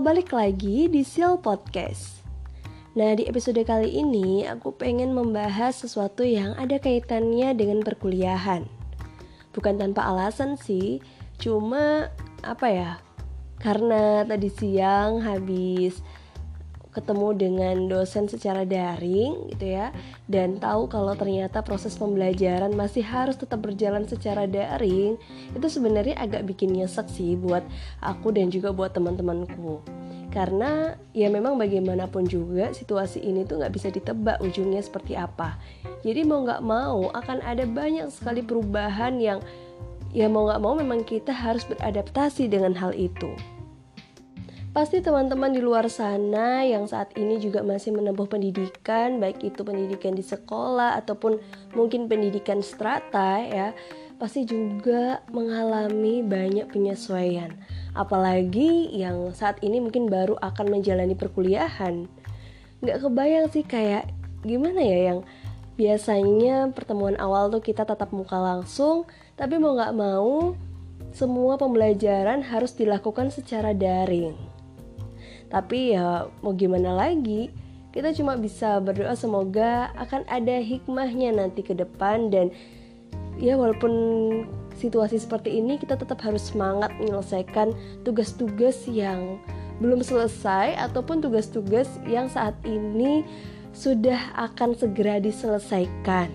balik lagi di Sil Podcast. Nah, di episode kali ini aku pengen membahas sesuatu yang ada kaitannya dengan perkuliahan. Bukan tanpa alasan sih, cuma karena tadi siang habis ketemu dengan dosen secara daring gitu ya, dan tahu kalau ternyata proses pembelajaran masih harus tetap berjalan secara daring. Itu sebenarnya agak bikin nyesek sih buat aku dan juga buat teman-temanku, karena ya memang bagaimanapun juga situasi ini tuh gak bisa ditebak ujungnya seperti apa. Jadi mau gak mau akan ada banyak sekali perubahan yang ya mau gak mau memang kita harus beradaptasi dengan hal itu. Pasti teman-teman di luar sana yang saat ini juga masih menempuh pendidikan, baik itu pendidikan di sekolah ataupun mungkin pendidikan strata ya, pasti juga mengalami banyak penyesuaian. Apalagi yang saat ini mungkin baru akan menjalani perkuliahan. Gak kebayang sih kayak gimana ya yang biasanya pertemuan awal tuh kita tatap muka langsung, tapi mau gak mau semua pembelajaran harus dilakukan secara daring. Tapi ya mau gimana lagi, kita cuma bisa berdoa semoga akan ada hikmahnya nanti ke depan. Dan ya walaupun situasi seperti ini, kita tetap harus semangat menyelesaikan tugas-tugas yang belum selesai ataupun tugas-tugas yang saat ini sudah akan segera diselesaikan.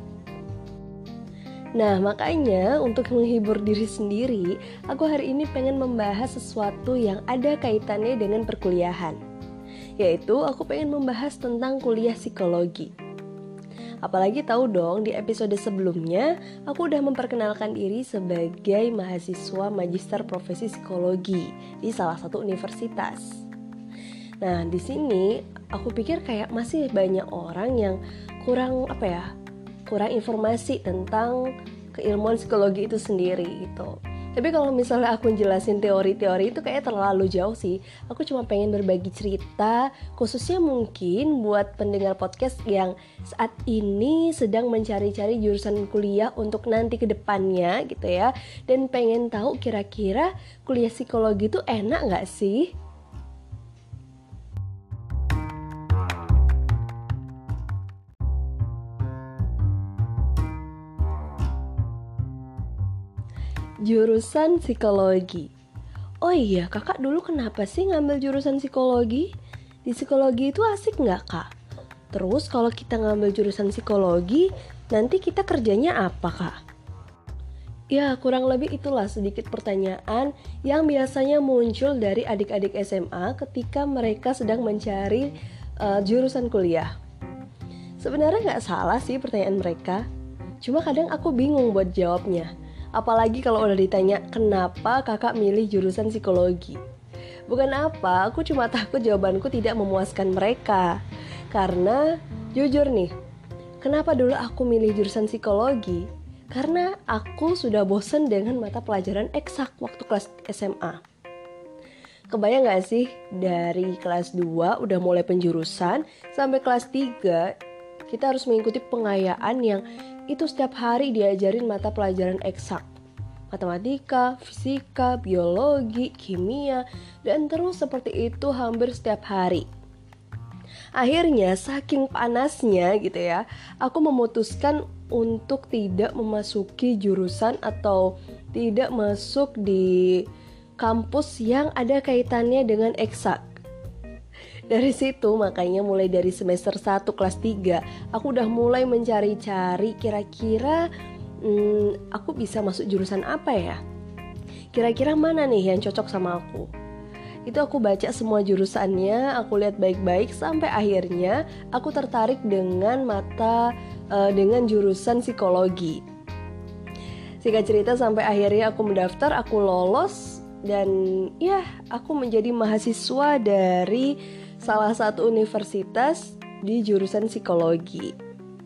Nah, makanya untuk menghibur diri sendiri, aku hari ini pengen membahas sesuatu yang ada kaitannya dengan perkuliahan. Yaitu aku pengen membahas tentang kuliah psikologi. Apalagi tahu dong, di episode sebelumnya aku udah memperkenalkan diri sebagai mahasiswa magister profesi psikologi di salah satu universitas. Nah, di sini aku pikir kayak masih banyak orang yang kurang informasi tentang keilmuan psikologi itu sendiri gitu. Tapi kalau misalnya aku jelasin teori-teori itu kayak terlalu jauh sih. Aku cuma pengen berbagi cerita, khususnya mungkin buat pendengar podcast yang saat ini sedang mencari-cari jurusan kuliah untuk nanti ke depannya gitu ya. Dan pengen tahu kira-kira kuliah psikologi itu enak gak sih? Jurusan psikologi. Oh iya, kakak dulu kenapa sih ngambil jurusan psikologi? Di psikologi itu asik nggak kak? Terus kalau kita ngambil jurusan psikologi, nanti kita kerjanya apa kak? Ya, kurang lebih itulah sedikit pertanyaan yang biasanya muncul dari adik-adik SMA ketika mereka sedang mencari jurusan kuliah. Sebenarnya nggak salah sih pertanyaan mereka, cuma kadang aku bingung buat jawabnya. Apalagi kalau udah ditanya kenapa kakak milih jurusan psikologi. Bukan apa, aku cuma takut jawabanku tidak memuaskan mereka. Karena jujur nih, kenapa dulu aku milih jurusan psikologi? Karena aku sudah bosen dengan mata pelajaran eksak waktu kelas SMA. Kebayang gak sih, dari kelas 2 udah mulai penjurusan sampai kelas 3 kita harus mengikuti pengayaan yang itu setiap hari diajarin mata pelajaran eksak, matematika, fisika, biologi, kimia, dan terus seperti itu hampir setiap hari. Akhirnya saking panasnya gitu ya, aku memutuskan untuk tidak memasuki jurusan atau tidak masuk di kampus yang ada kaitannya dengan eksak. Dari situ makanya mulai dari semester 1 kelas 3 aku udah mulai mencari-cari kira-kira aku bisa masuk jurusan apa ya? Kira-kira mana nih yang cocok sama aku? Itu aku baca semua jurusannya, aku lihat baik-baik sampai akhirnya aku tertarik dengan dengan jurusan psikologi. Singkat cerita sampai akhirnya aku mendaftar, aku lolos dan ya aku menjadi mahasiswa dari salah satu universitas di jurusan psikologi.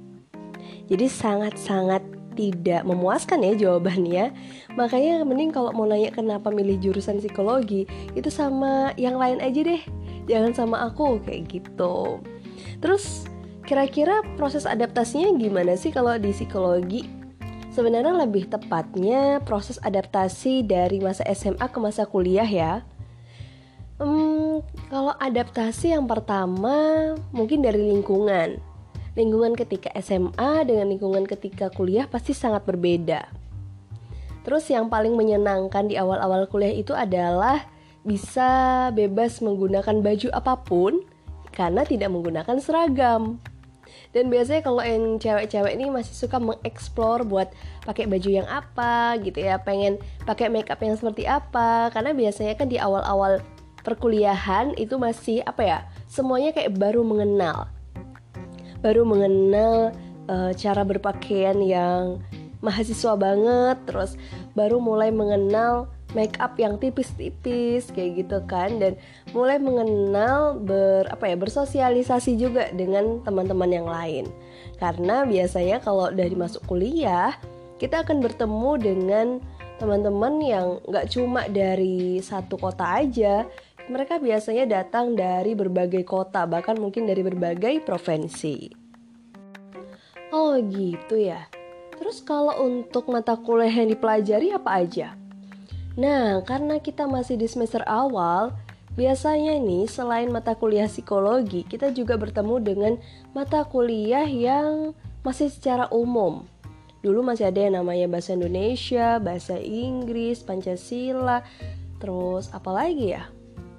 Jadi sangat-sangat tidak memuaskan ya jawabannya. Makanya mending kalau mau nanya kenapa milih jurusan psikologi, itu sama yang lain aja deh, jangan sama aku kayak gitu. Terus kira-kira proses adaptasinya gimana sih kalau di psikologi? Sebenarnya lebih tepatnya proses adaptasi dari masa SMA ke masa kuliah ya. Kalau adaptasi yang pertama mungkin dari lingkungan. Lingkungan ketika SMA dengan lingkungan ketika kuliah pasti sangat berbeda. Terus yang paling menyenangkan di awal-awal kuliah itu adalah bisa bebas menggunakan baju apapun karena tidak menggunakan seragam. Dan biasanya kalau yang cewek-cewek ini masih suka mengeksplor buat pakai baju yang apa gitu ya, pengen pakai makeup yang seperti apa, karena biasanya kan di awal-awal perkuliahan itu masih semuanya kayak baru mengenal cara berpakaian yang mahasiswa banget, terus baru mulai mengenal make up yang tipis-tipis kayak gitu kan, dan mulai mengenal bersosialisasi juga dengan teman-teman yang lain. Karena biasanya kalau dari masuk kuliah kita akan bertemu dengan teman-teman yang gak cuma dari satu kota aja, mereka biasanya datang dari berbagai kota, bahkan mungkin dari berbagai provinsi. Oh gitu ya. Terus kalau untuk mata kuliah yang dipelajari apa aja? Nah, karena kita masih di semester awal, biasanya nih selain mata kuliah psikologi, kita juga bertemu dengan mata kuliah yang masih secara umum. Dulu masih ada yang namanya bahasa Indonesia, bahasa Inggris, Pancasila, terus apa lagi ya?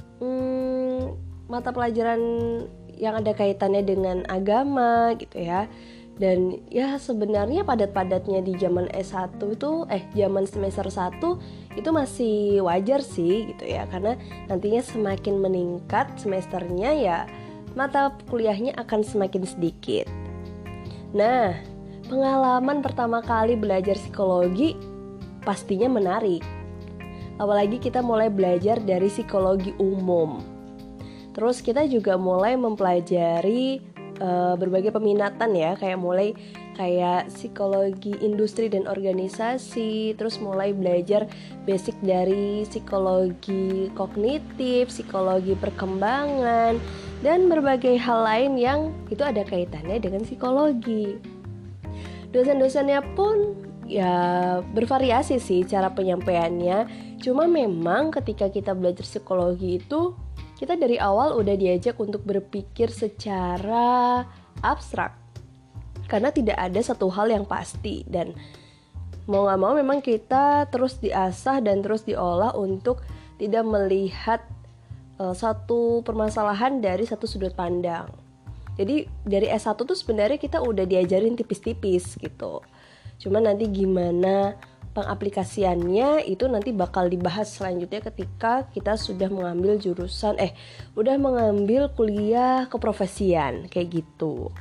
Mata pelajaran yang ada kaitannya dengan agama gitu ya. Dan ya sebenarnya padat-padatnya di zaman S1 itu zaman semester 1 itu masih wajar sih gitu ya, karena nantinya semakin meningkat semesternya ya mata kuliahnya akan semakin sedikit. Nah, pengalaman pertama kali belajar psikologi pastinya menarik. Apalagi kita mulai belajar dari psikologi umum. Terus kita juga mulai mempelajari berbagai peminatan ya, kayak psikologi industri dan organisasi, terus mulai belajar basic dari psikologi kognitif, psikologi perkembangan, dan berbagai hal lain yang itu ada kaitannya dengan psikologi. Dosen-dosennya pun ya bervariasi sih cara penyampaiannya, cuma memang ketika kita belajar psikologi itu kita dari awal udah diajak untuk berpikir secara abstrak, karena tidak ada satu hal yang pasti, dan mau gak mau memang kita terus diasah dan terus diolah untuk tidak melihat satu permasalahan dari satu sudut pandang. Jadi dari S1 tuh sebenarnya kita udah diajarin tipis-tipis gitu, cuma nanti gimana pengaplikasiannya itu nanti bakal dibahas selanjutnya ketika kita sudah mengambil udah mengambil kuliah keprofesian kayak gitu.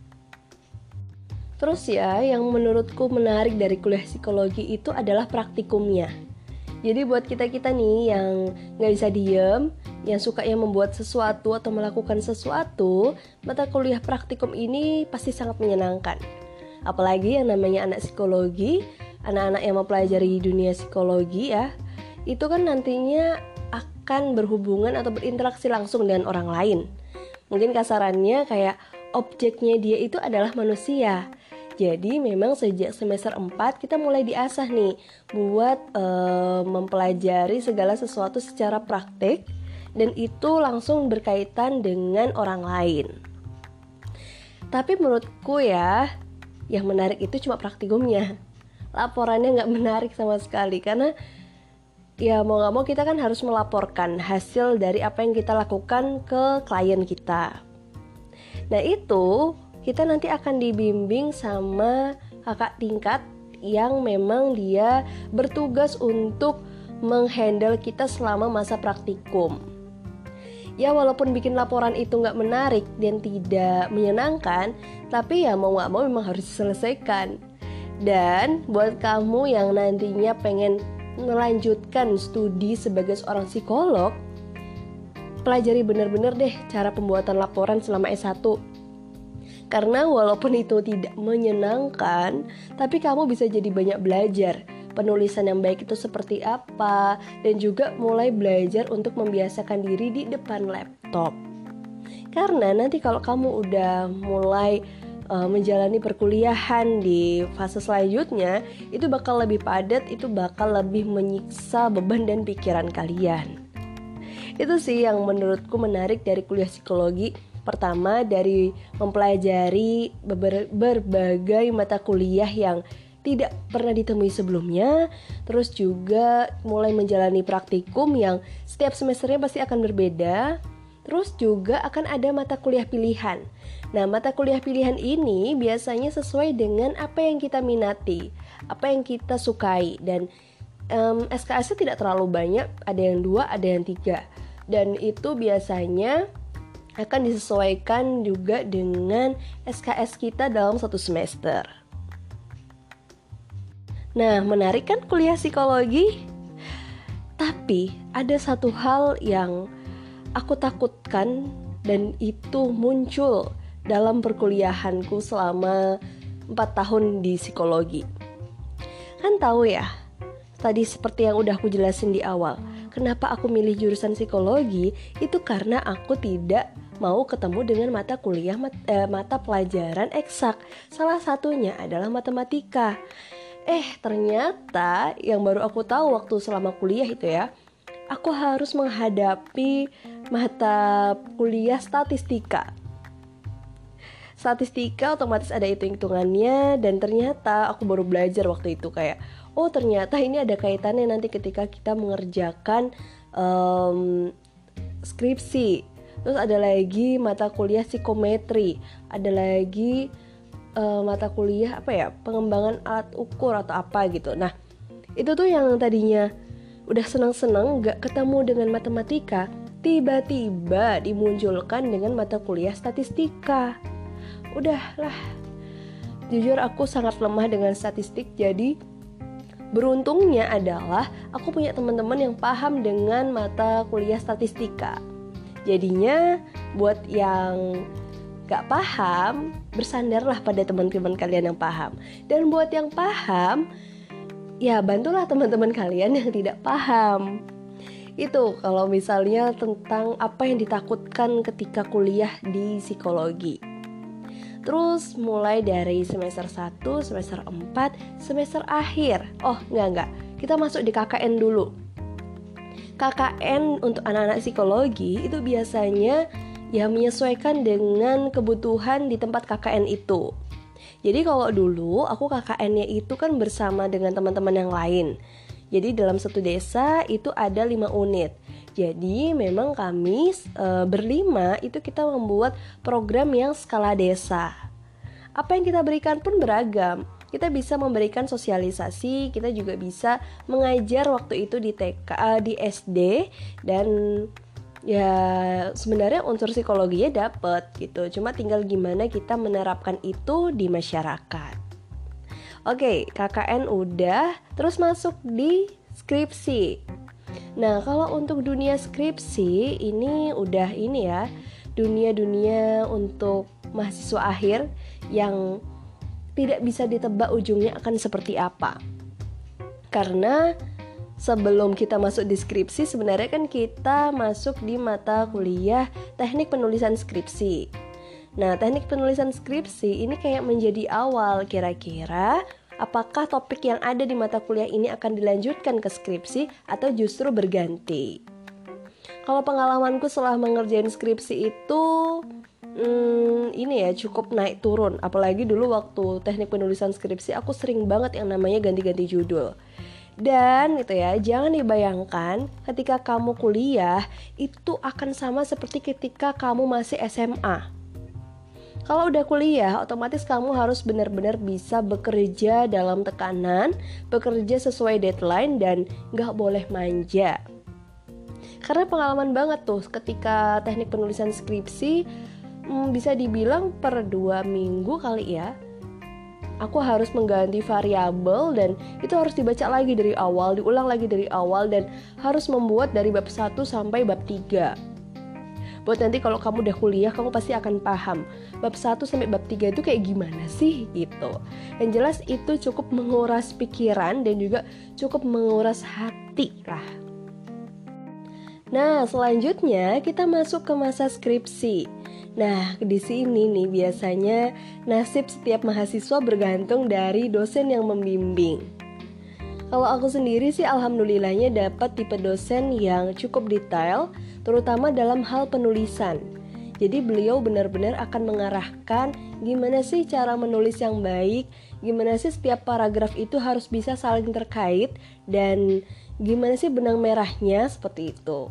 Terus ya, yang menurutku menarik dari kuliah psikologi itu adalah praktikumnya. Jadi buat kita-kita nih yang gak bisa diem, yang sukanya membuat sesuatu atau melakukan sesuatu, mata kuliah praktikum ini pasti sangat menyenangkan. Apalagi yang namanya anak psikologi, anak-anak yang mempelajari dunia psikologi ya, itu kan nantinya akan berhubungan atau berinteraksi langsung dengan orang lain. Mungkin kasarannya kayak objeknya dia itu adalah manusia. Jadi memang sejak semester 4 kita mulai diasah nih buat mempelajari segala sesuatu secara praktik, dan itu langsung berkaitan dengan orang lain. Tapi menurutku ya, yang menarik itu cuma praktikumnya. Laporannya gak menarik sama sekali, karena ya mau gak mau kita kan harus melaporkan hasil dari apa yang kita lakukan ke klien kita. Nah itu kita nanti akan dibimbing sama kakak tingkat yang memang dia bertugas untuk menghandle kita selama masa praktikum. Ya walaupun bikin laporan itu gak menarik dan tidak menyenangkan, tapi ya mau gak mau memang harus diselesaikan. Dan buat kamu yang nantinya pengen melanjutkan studi sebagai seorang psikolog, pelajari benar-benar deh cara pembuatan laporan selama S1. Karena walaupun itu tidak menyenangkan, tapi kamu bisa jadi banyak belajar penulisan yang baik itu seperti apa, dan juga mulai belajar untuk membiasakan diri di depan laptop. Karena nanti kalau kamu udah mulai menjalani perkuliahan di fase selanjutnya, itu bakal lebih padat, itu bakal lebih menyiksa beban dan pikiran kalian. Itu sih yang menurutku menarik dari kuliah psikologi. Pertama, dari mempelajari berbagai mata kuliah yang tidak pernah ditemui sebelumnya. Terus juga mulai menjalani praktikum yang setiap semesternya pasti akan berbeda. Terus juga akan ada mata kuliah pilihan. Nah, mata kuliah pilihan ini biasanya sesuai dengan apa yang kita minati, apa yang kita sukai. Dan SKS-nya tidak terlalu banyak, ada yang 2, ada yang 3. Dan itu biasanya akan disesuaikan juga dengan SKS kita dalam satu semester. Nah, menarik kan kuliah psikologi? Tapi ada satu hal yang aku takutkan dan itu muncul dalam perkuliahanku selama 4 tahun di psikologi. Kan tahu ya, tadi seperti yang udah aku jelasin di awal, kenapa aku milih jurusan psikologi itu karena aku tidak mau ketemu dengan mata pelajaran eksak. Salah satunya adalah matematika. Ternyata yang baru aku tahu waktu selama kuliah itu ya, aku harus menghadapi mata kuliah statistika. Statistika otomatis ada hitung-hitungannya, dan ternyata aku baru belajar waktu itu kayak, oh ternyata ini ada kaitannya nanti ketika kita mengerjakan skripsi. Terus ada lagi mata kuliah psikometri, ada lagi mata kuliah pengembangan alat ukur atau apa gitu. Nah, itu tuh yang tadinya udah senang-senang gak ketemu dengan matematika, tiba-tiba dimunculkan dengan mata kuliah statistika. Udahlah, jujur aku sangat lemah dengan statistik. Jadi beruntungnya adalah aku punya teman-teman yang paham dengan mata kuliah statistika. Jadinya buat yang gak paham, bersandarlah pada teman-teman kalian yang paham. Dan buat yang paham, ya bantulah teman-teman kalian yang tidak paham. Itu kalau misalnya tentang apa yang ditakutkan ketika kuliah di psikologi. Terus mulai dari semester 1, semester 4, semester akhir. Enggak. Kita masuk di KKN dulu. KKN untuk anak-anak psikologi itu biasanya ya menyesuaikan dengan kebutuhan di tempat KKN itu. Jadi kalau dulu aku KKN-nya itu kan bersama dengan teman-teman yang lain. Jadi dalam satu desa itu ada 5 unit. Jadi memang kami berlima itu kita membuat program yang skala desa. Apa yang kita berikan pun beragam. Kita bisa memberikan sosialisasi, kita juga bisa mengajar waktu itu di TK, di SD, dan ya sebenarnya unsur psikologinya dapet gitu. Cuma tinggal gimana kita menerapkan itu di masyarakat. Oke, KKN udah, terus masuk di skripsi. Nah, kalau untuk dunia skripsi ini udah dunia untuk mahasiswa akhir yang tidak bisa ditebak ujungnya akan seperti apa. Karena sebelum kita masuk di skripsi, sebenarnya kan kita masuk di mata kuliah teknik penulisan skripsi. Nah, teknik penulisan skripsi ini kayak menjadi awal kira-kira apakah topik yang ada di mata kuliah ini akan dilanjutkan ke skripsi atau justru berganti. Kalau pengalamanku setelah mengerjain skripsi itu cukup naik turun. Apalagi dulu waktu teknik penulisan skripsi aku sering banget yang namanya ganti-ganti judul. Dan jangan dibayangkan ketika kamu kuliah itu akan sama seperti ketika kamu masih SMA. Kalau udah kuliah, otomatis kamu harus benar-benar bisa bekerja dalam tekanan, bekerja sesuai deadline, dan gak boleh manja. Karena pengalaman banget tuh ketika teknik penulisan skripsi, bisa dibilang per 2 minggu kali ya, aku harus mengganti variabel dan itu harus dibaca lagi dari awal, diulang lagi dari awal, dan harus membuat dari bab 1 sampai bab 3. Buat nanti kalau kamu udah kuliah, kamu pasti akan paham bab 1 sampai bab 3 itu kayak gimana sih gitu. Yang jelas itu cukup menguras pikiran dan juga cukup menguras hati lah. Nah, selanjutnya kita masuk ke masa skripsi. Nah, di sini nih biasanya nasib setiap mahasiswa bergantung dari dosen yang membimbing. Kalau aku sendiri sih alhamdulillahnya dapat tipe dosen yang cukup detail, terutama dalam hal penulisan. Jadi beliau benar-benar akan mengarahkan gimana sih cara menulis yang baik, gimana sih setiap paragraf itu harus bisa saling terkait, dan gimana sih benang merahnya seperti itu.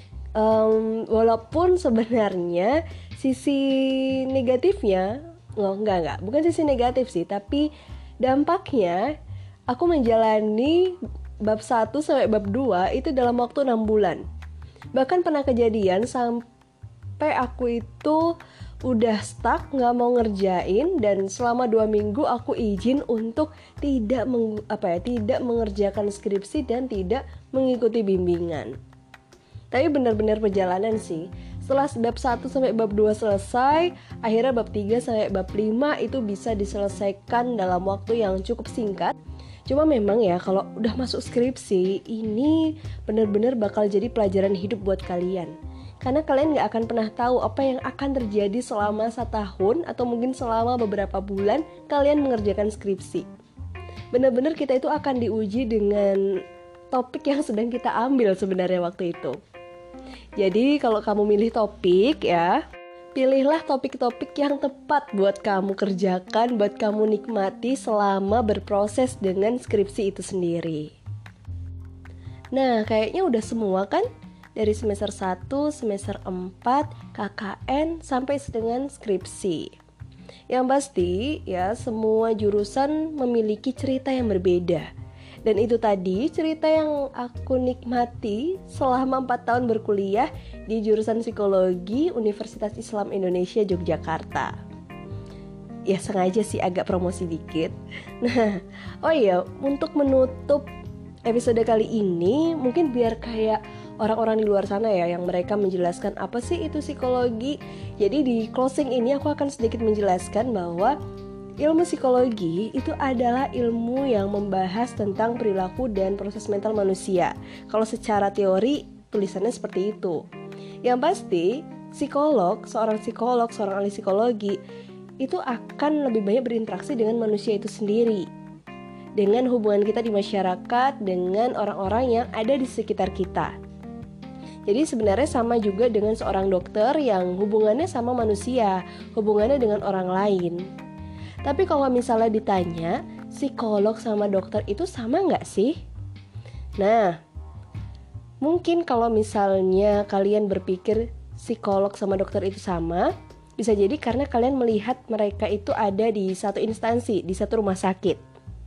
Walaupun sebenarnya sisi negatifnya, bukan sisi negatif sih, tapi dampaknya aku menjalani bab 1 sampai bab 2 itu dalam waktu 6 bulan. Bahkan pernah kejadian sampai aku itu udah stuck, gak mau ngerjain, dan selama 2 minggu aku izin untuk tidak mengerjakan skripsi dan tidak mengikuti bimbingan. Tapi benar-benar perjalanan sih. Setelah bab 1 sampai bab 2 selesai, akhirnya bab 3 sampai bab 5 itu bisa diselesaikan dalam waktu yang cukup singkat. Cuma memang ya, kalau udah masuk skripsi, ini benar-benar bakal jadi pelajaran hidup buat kalian. Karena kalian gak akan pernah tahu apa yang akan terjadi selama 1 tahun atau mungkin selama beberapa bulan kalian mengerjakan skripsi. Benar-benar kita itu akan diuji dengan topik yang sedang kita ambil sebenarnya waktu itu. Jadi kalau kamu milih topik ya, pilihlah topik-topik yang tepat buat kamu kerjakan, buat kamu nikmati selama berproses dengan skripsi itu sendiri. Nah, kayaknya udah semua kan? Dari semester 1, semester 4, KKN, sampai dengan skripsi. Yang pasti ya, semua jurusan memiliki cerita yang berbeda. Dan itu tadi cerita yang aku nikmati selama 4 tahun berkuliah di jurusan psikologi Universitas Islam Indonesia Yogyakarta. Ya sengaja sih agak promosi dikit. Nah, oh iya, untuk menutup episode kali ini, mungkin biar kayak orang-orang di luar sana ya, yang mereka menjelaskan apa sih itu psikologi. Jadi di closing ini aku akan sedikit menjelaskan bahwa ilmu psikologi itu adalah ilmu yang membahas tentang perilaku dan proses mental manusia. Kalau secara teori, tulisannya seperti itu. Yang pasti, seorang ahli psikologi itu akan lebih banyak berinteraksi dengan manusia itu sendiri, dengan hubungan kita di masyarakat, dengan orang-orang yang ada di sekitar kita. Jadi sebenarnya sama juga dengan seorang dokter yang hubungannya sama manusia, hubungannya dengan orang lain. Tapi kalau misalnya ditanya, psikolog sama dokter itu sama nggak sih? Nah, mungkin kalau misalnya kalian berpikir psikolog sama dokter itu sama, bisa jadi karena kalian melihat mereka itu ada di satu instansi, di satu rumah sakit.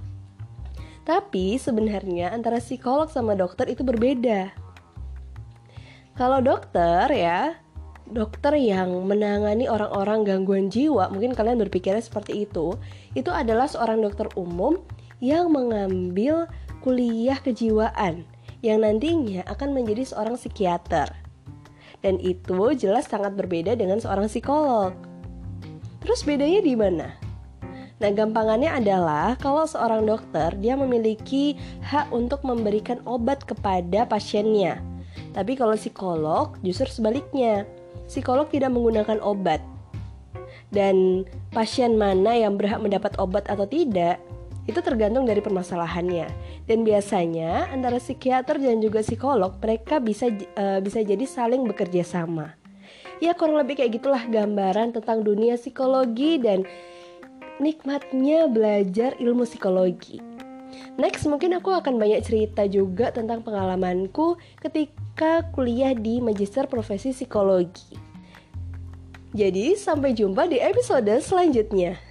Tapi sebenarnya antara psikolog sama dokter itu berbeda. Kalau dokter ya, dokter yang menangani orang-orang gangguan jiwa, mungkin kalian berpikirnya seperti itu adalah seorang dokter umum yang mengambil kuliah kejiwaan yang nantinya akan menjadi seorang psikiater. Dan itu jelas sangat berbeda dengan seorang psikolog. Terus bedanya di mana? Nah, gampangannya adalah kalau seorang dokter dia memiliki hak untuk memberikan obat kepada pasiennya. Tapi kalau psikolog justru sebaliknya. Psikolog tidak menggunakan obat. Dan pasien mana yang berhak mendapat obat atau tidak, itu tergantung dari permasalahannya. Dan biasanya antara psikiater dan juga psikolog, mereka bisa jadi saling bekerja sama. Ya kurang lebih kayak gitulah gambaran tentang dunia psikologi dan nikmatnya belajar ilmu psikologi. Next, mungkin aku akan banyak cerita juga tentang pengalamanku ketika kuliah di Magister Profesi Psikologi. Jadi, sampai jumpa di episode selanjutnya.